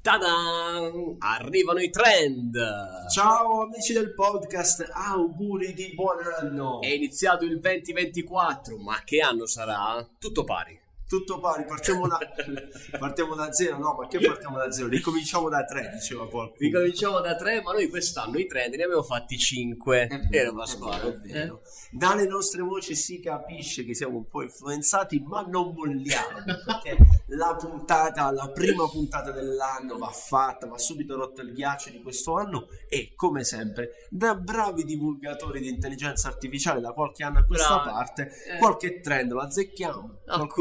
Tada! Arrivano i trend! Ciao amici del podcast, auguri di buon anno! È iniziato il 2024, ma che anno sarà? Tutto pari. Tutto pari, partiamo da zero, no? Ma che partiamo da zero? Ricominciamo da 3, diceva qualcuno. Ricominciamo da 3, ma noi quest'anno i trend ne abbiamo fatti 5. È vero. Dalle nostre voci si capisce che siamo un po' influenzati, ma non molliamo, perché la prima puntata dell'anno va fatta, va subito rotto il ghiaccio di questo anno e, come sempre, da bravi divulgatori di intelligenza artificiale da qualche anno a questa parte, qualche trend lo azzecchiamo.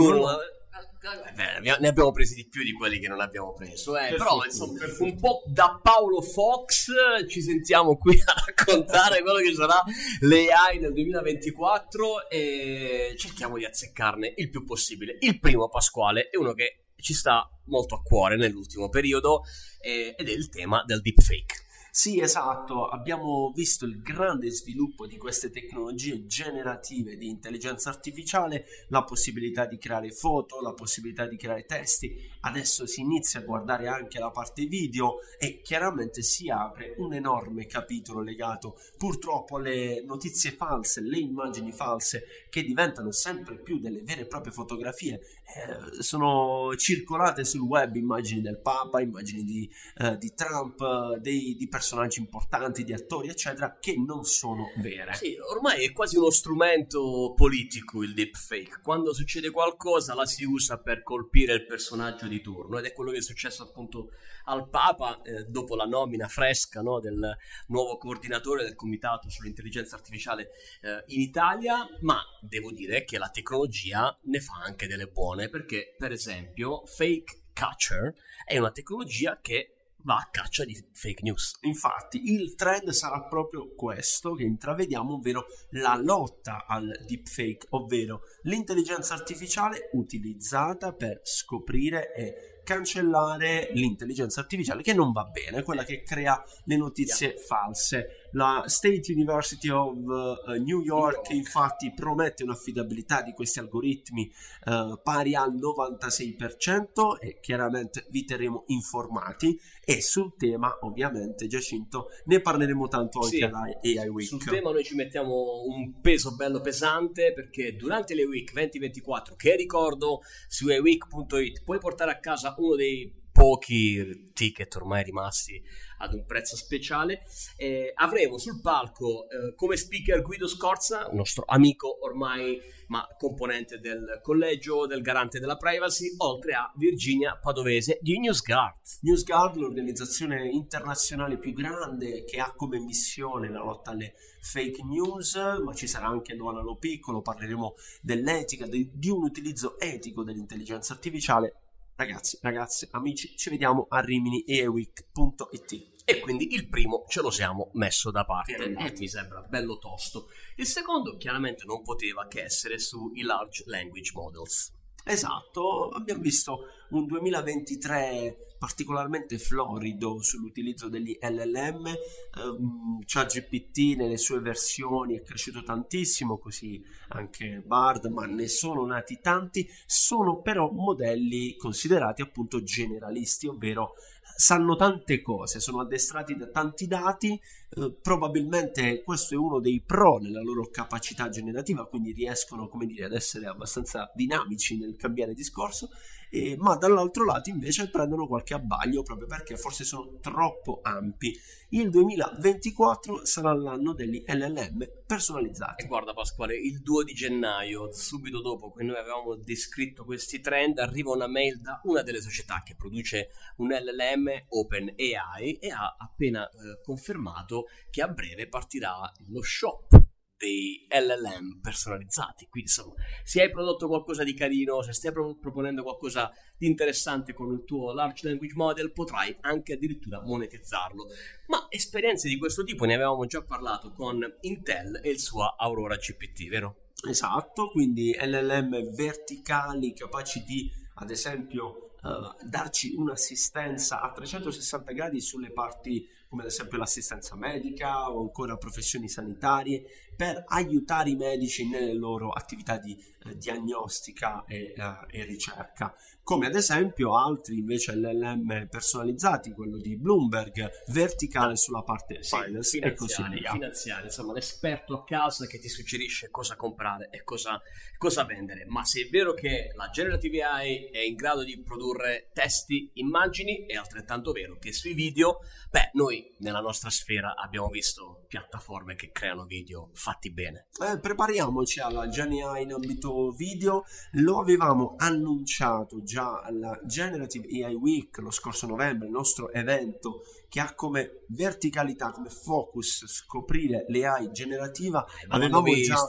Ne abbiamo presi di più di quelli che non abbiamo preso, però insomma, un po' da Paolo Fox ci sentiamo qui a raccontare quello che sarà l'AI nel 2024 e cerchiamo di azzeccarne il più possibile. Il primo, Pasquale, è uno che ci sta molto a cuore nell'ultimo periodo ed è il tema del deepfake. Sì, esatto, abbiamo visto il grande sviluppo di queste tecnologie generative di intelligenza artificiale, la possibilità di creare foto, la possibilità di creare testi, adesso si inizia a guardare anche la parte video e chiaramente si apre un enorme capitolo legato purtroppo alle notizie false, le immagini false che diventano sempre più delle vere e proprie fotografie. Sono circolate sul web immagini del Papa, immagini di Trump, di personaggi importanti, di attori eccetera, che non sono vere. Sì, ormai è quasi uno strumento politico il deepfake. Quando succede qualcosa la si usa per colpire il personaggio di turno, ed è quello che è successo appunto al Papa dopo la nomina fresca, no, del nuovo coordinatore del comitato sull'intelligenza artificiale in Italia. Ma devo dire che la tecnologia ne fa anche delle buone, perché per esempio Fake Catcher è una tecnologia che va a caccia di fake news. Infatti il trend sarà proprio questo che intravediamo, ovvero la lotta al deepfake, ovvero l'intelligenza artificiale utilizzata per scoprire e cancellare l'intelligenza artificiale che non va bene, quella che crea le notizie false. La State University of New York infatti promette un'affidabilità di questi algoritmi pari al 96% e chiaramente vi terremo informati, e sul tema ovviamente, Giacinto, ne parleremo tanto anche alla AI Week. Sul tema noi ci mettiamo un peso bello pesante, perché durante le Week 2024, che ricordo su aiweek.it puoi portare a casa uno dei pochi ticket ormai rimasti ad un prezzo speciale, avremo sul palco come speaker Guido Scorza, un nostro amico ormai ma componente del collegio del garante della privacy, oltre a Virginia Padovese di NewsGuard, l'organizzazione internazionale più grande che ha come missione la lotta alle fake news, ma ci sarà anche Luana Lopiccolo, parleremo dell'etica, di un utilizzo etico dell'intelligenza artificiale. Ragazzi, amici, ci vediamo a Rimini aiweek.it. E quindi il primo ce lo siamo messo da parte e mi sembra bello tosto. Il secondo chiaramente non poteva che essere sui large language models. Esatto, abbiamo visto un 2023 particolarmente florido sull'utilizzo degli LLM. ChatGPT nelle sue versioni è cresciuto tantissimo, così anche Bard, ma ne sono nati tanti. Sono però modelli considerati appunto generalisti, ovvero sanno tante cose, sono addestrati da tanti dati, probabilmente questo è uno dei pro nella loro capacità generativa, quindi riescono, come dire, ad essere abbastanza dinamici nel cambiare discorso, ma dall'altro lato invece prendono qualche abbaglio proprio perché forse sono troppo ampi. Il 2024 sarà l'anno degli LLM personalizzati. E guarda Pasquale, il 2 di gennaio, subito dopo che noi avevamo descritto questi trend, arriva una mail da una delle società che produce un LLM, OpenAI, e ha appena confermato che a breve partirà lo shop dei LLM personalizzati. Quindi insomma, se hai prodotto qualcosa di carino, se stai proponendo qualcosa di interessante con il tuo large language model, potrai anche addirittura monetizzarlo. Ma esperienze di questo tipo ne avevamo già parlato con Intel e il suo Aurora GPT, vero? Esatto, quindi LLM verticali capaci di, ad esempio, darci un'assistenza a 360 gradi sulle parti come ad esempio l'assistenza medica o ancora professioni sanitarie, per aiutare i medici nelle loro attività di diagnostica e ricerca, come ad esempio altri invece LLM personalizzati, quello di Bloomberg, verticale sulla parte finance e così via. Finanziari, insomma l'esperto a casa che ti suggerisce cosa comprare e cosa vendere. Ma se è vero che la Generative AI è in grado di produrre testi, immagini, è altrettanto vero che sui video, noi nella nostra sfera abbiamo visto piattaforme che creano video fatti bene. Prepariamoci alla Gen AI in ambito video. Lo avevamo annunciato già alla Generative AI Week lo scorso novembre, il nostro evento che ha come verticalità, come focus scoprire l'AI generativa. L'hanno visto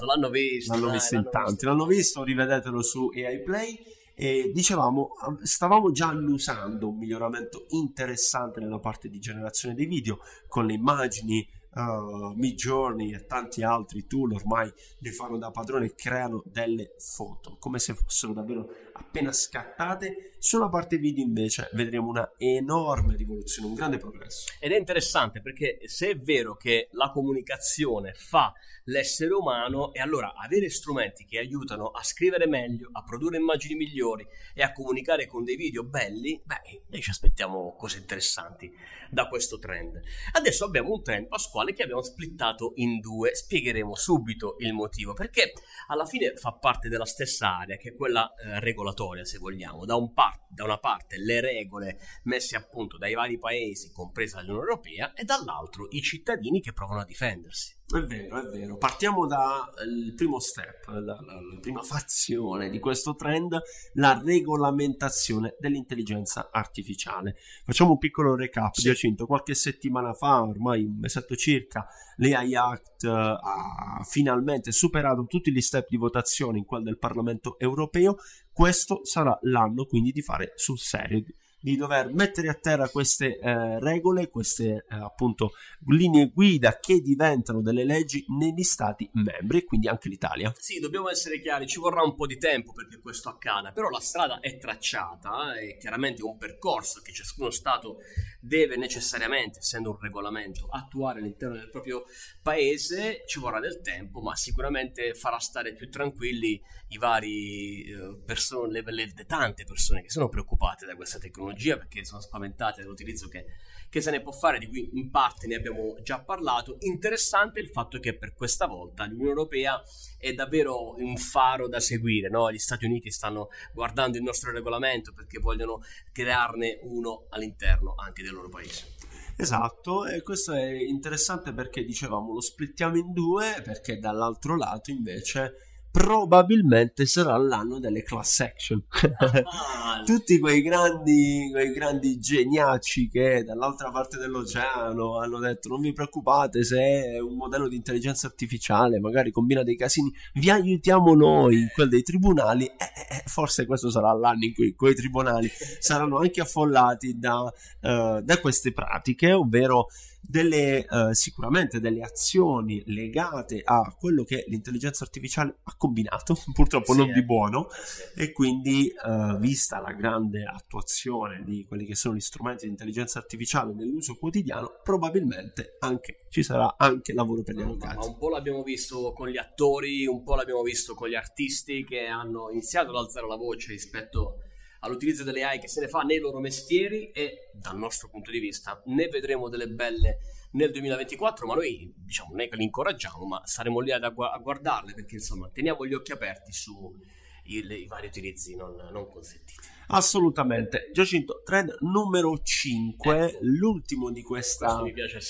in tanti, l'hanno visto, rivedetelo su AI Play. E dicevamo, stavamo già annusando un miglioramento interessante nella parte di generazione dei video con le immagini. Midjourney e tanti altri tool ormai li fanno da padrone e creano delle foto come se fossero davvero appena scattate. Sulla parte video invece vedremo una enorme rivoluzione, un grande progresso. Ed è interessante perché se è vero che la comunicazione fa l'essere umano, e allora avere strumenti che aiutano a scrivere meglio, a produrre immagini migliori e a comunicare con dei video belli, noi ci aspettiamo cose interessanti da questo trend. Adesso abbiamo un trend, Pasquale, che abbiamo splittato in due. Spiegheremo subito il motivo, perché alla fine fa parte della stessa area, che è quella regolatoria, se vogliamo. Da una parte le regole messe a punto dai vari paesi, compresa l'Unione Europea, e dall'altro i cittadini che provano a difendersi. È vero. Partiamo dal primo step, la prima fazione di questo trend, la regolamentazione dell'intelligenza artificiale. Facciamo un piccolo recap. Sì. Giacinto, qualche settimana fa, ormai un mesetto circa, l'AI Act ha finalmente superato tutti gli step di votazione in quello del Parlamento europeo. Questo sarà l'anno quindi di fare sul serio, di dover mettere a terra queste regole, queste appunto linee guida che diventano delle leggi negli stati membri, e quindi anche l'Italia. Sì, dobbiamo essere chiari, ci vorrà un po' di tempo perché questo accada, però la strada è tracciata, è chiaramente un percorso che ciascuno stato deve necessariamente, essendo un regolamento, attuare all'interno del proprio paese. Ci vorrà del tempo, ma sicuramente farà stare più tranquilli i vari persone, le tante persone che sono preoccupate da questa tecnologia, perché sono spaventate dall'utilizzo che se ne può fare, di cui in parte ne abbiamo già parlato. Interessante il fatto che per questa volta l'Unione Europea è davvero un faro da seguire, no? Gli Stati Uniti stanno guardando il nostro regolamento perché vogliono crearne uno all'interno anche del loro paese. Esatto, e questo è interessante perché dicevamo lo splittiamo in due, perché dall'altro lato invece probabilmente sarà l'anno delle class action. Tutti quei grandi geniacci che dall'altra parte dell'oceano hanno detto: non vi preoccupate, se è un modello di intelligenza artificiale magari combina dei casini, vi aiutiamo noi, quelli dei tribunali. Forse questo sarà l'anno in cui quei tribunali saranno anche affollati da queste pratiche, ovvero sicuramente delle azioni legate a quello che l'intelligenza artificiale ha combinato, purtroppo non di buono, e quindi vista la grande attuazione di quelli che sono gli strumenti di intelligenza artificiale nell'uso quotidiano, probabilmente ci sarà anche lavoro per gli avvocati. Ma un po' l'abbiamo visto con gli attori, un po' l'abbiamo visto con gli artisti che hanno iniziato ad alzare la voce rispetto all'utilizzo delle AI che se ne fa nei loro mestieri, e dal nostro punto di vista ne vedremo delle belle nel 2024, ma noi diciamo non è che li incoraggiamo, ma saremo lì a guardarle, perché insomma teniamo gli occhi aperti su i vari utilizzi non consentiti. Assolutamente. Giacinto, trend numero 5, l'ultimo di questa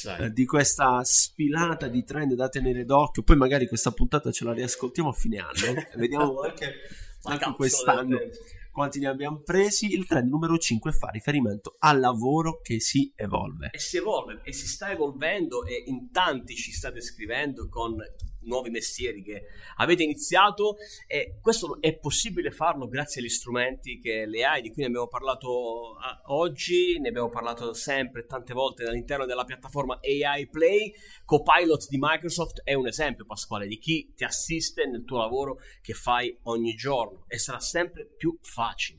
sfilata di trend da tenere d'occhio. Poi magari questa puntata ce la riascoltiamo a fine anno, vediamo anche quest'anno quanti ne abbiamo presi. Il trend numero 5 fa riferimento al lavoro che si evolve. E si evolve e si sta evolvendo, e in tanti ci state scrivendo con nuovi mestieri che avete iniziato, e questo è possibile farlo grazie agli strumenti che le AI, di cui ne abbiamo parlato oggi, ne abbiamo parlato sempre tante volte all'interno della piattaforma AI Play. Copilot di Microsoft è un esempio, Pasquale, di chi ti assiste nel tuo lavoro che fai ogni giorno, e sarà sempre più facile.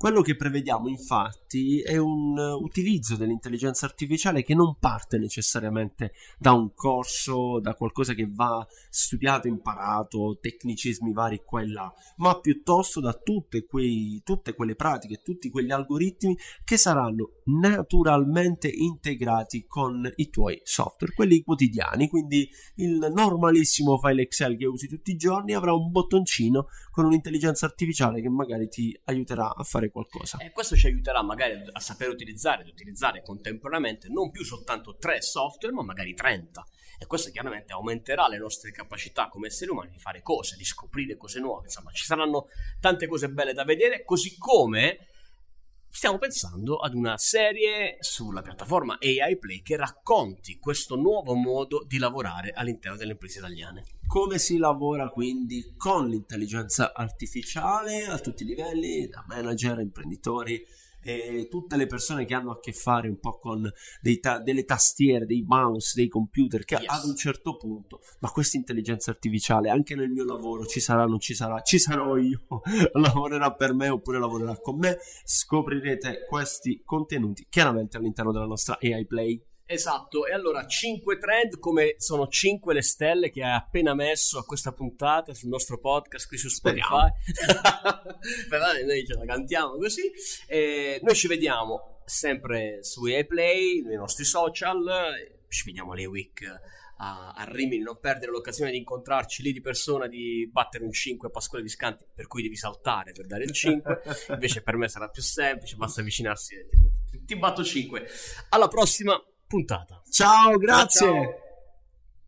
Quello che prevediamo infatti è un utilizzo dell'intelligenza artificiale che non parte necessariamente da un corso, da qualcosa che va studiato, imparato, tecnicismi vari qua e là, ma piuttosto da tutte quelle pratiche, tutti quegli algoritmi che saranno naturalmente integrati con i tuoi software, quelli quotidiani. Quindi il normalissimo file Excel che usi tutti i giorni avrà un bottoncino con un'intelligenza artificiale che magari ti aiuterà a fare qualcosa. E questo ci aiuterà magari a sapere utilizzare contemporaneamente non più soltanto 3 software, ma magari 30. E questo chiaramente aumenterà le nostre capacità come esseri umani di fare cose, di scoprire cose nuove. Insomma, ci saranno tante cose belle da vedere, così come stiamo pensando ad una serie sulla piattaforma AI Play che racconti questo nuovo modo di lavorare all'interno delle imprese italiane. Come si lavora quindi con l'intelligenza artificiale a tutti i livelli, da manager, imprenditori e tutte le persone che hanno a che fare un po' con delle tastiere, dei mouse, dei computer, che ad un certo punto, ma questa intelligenza artificiale anche nel mio lavoro ci sarà, non ci sarà, ci sarò io, lavorerà per me oppure lavorerà con me. Scoprirete questi contenuti chiaramente all'interno della nostra AI Play. Esatto, e allora 5 trend, come sono 5 le stelle che hai appena messo a questa puntata sul nostro podcast qui su Spotify. Però noi ce la cantiamo così. Noi ci vediamo sempre su AI Play, nei nostri social, ci vediamo alle Week a Rimini. Non perdere l'occasione di incontrarci lì di persona, di battere un 5 a Pasquale Viscanti, per cui devi saltare per dare il 5. Invece per me sarà più semplice, basta avvicinarsi e ti batto 5. Alla prossima puntata. Ciao, grazie. Ciao.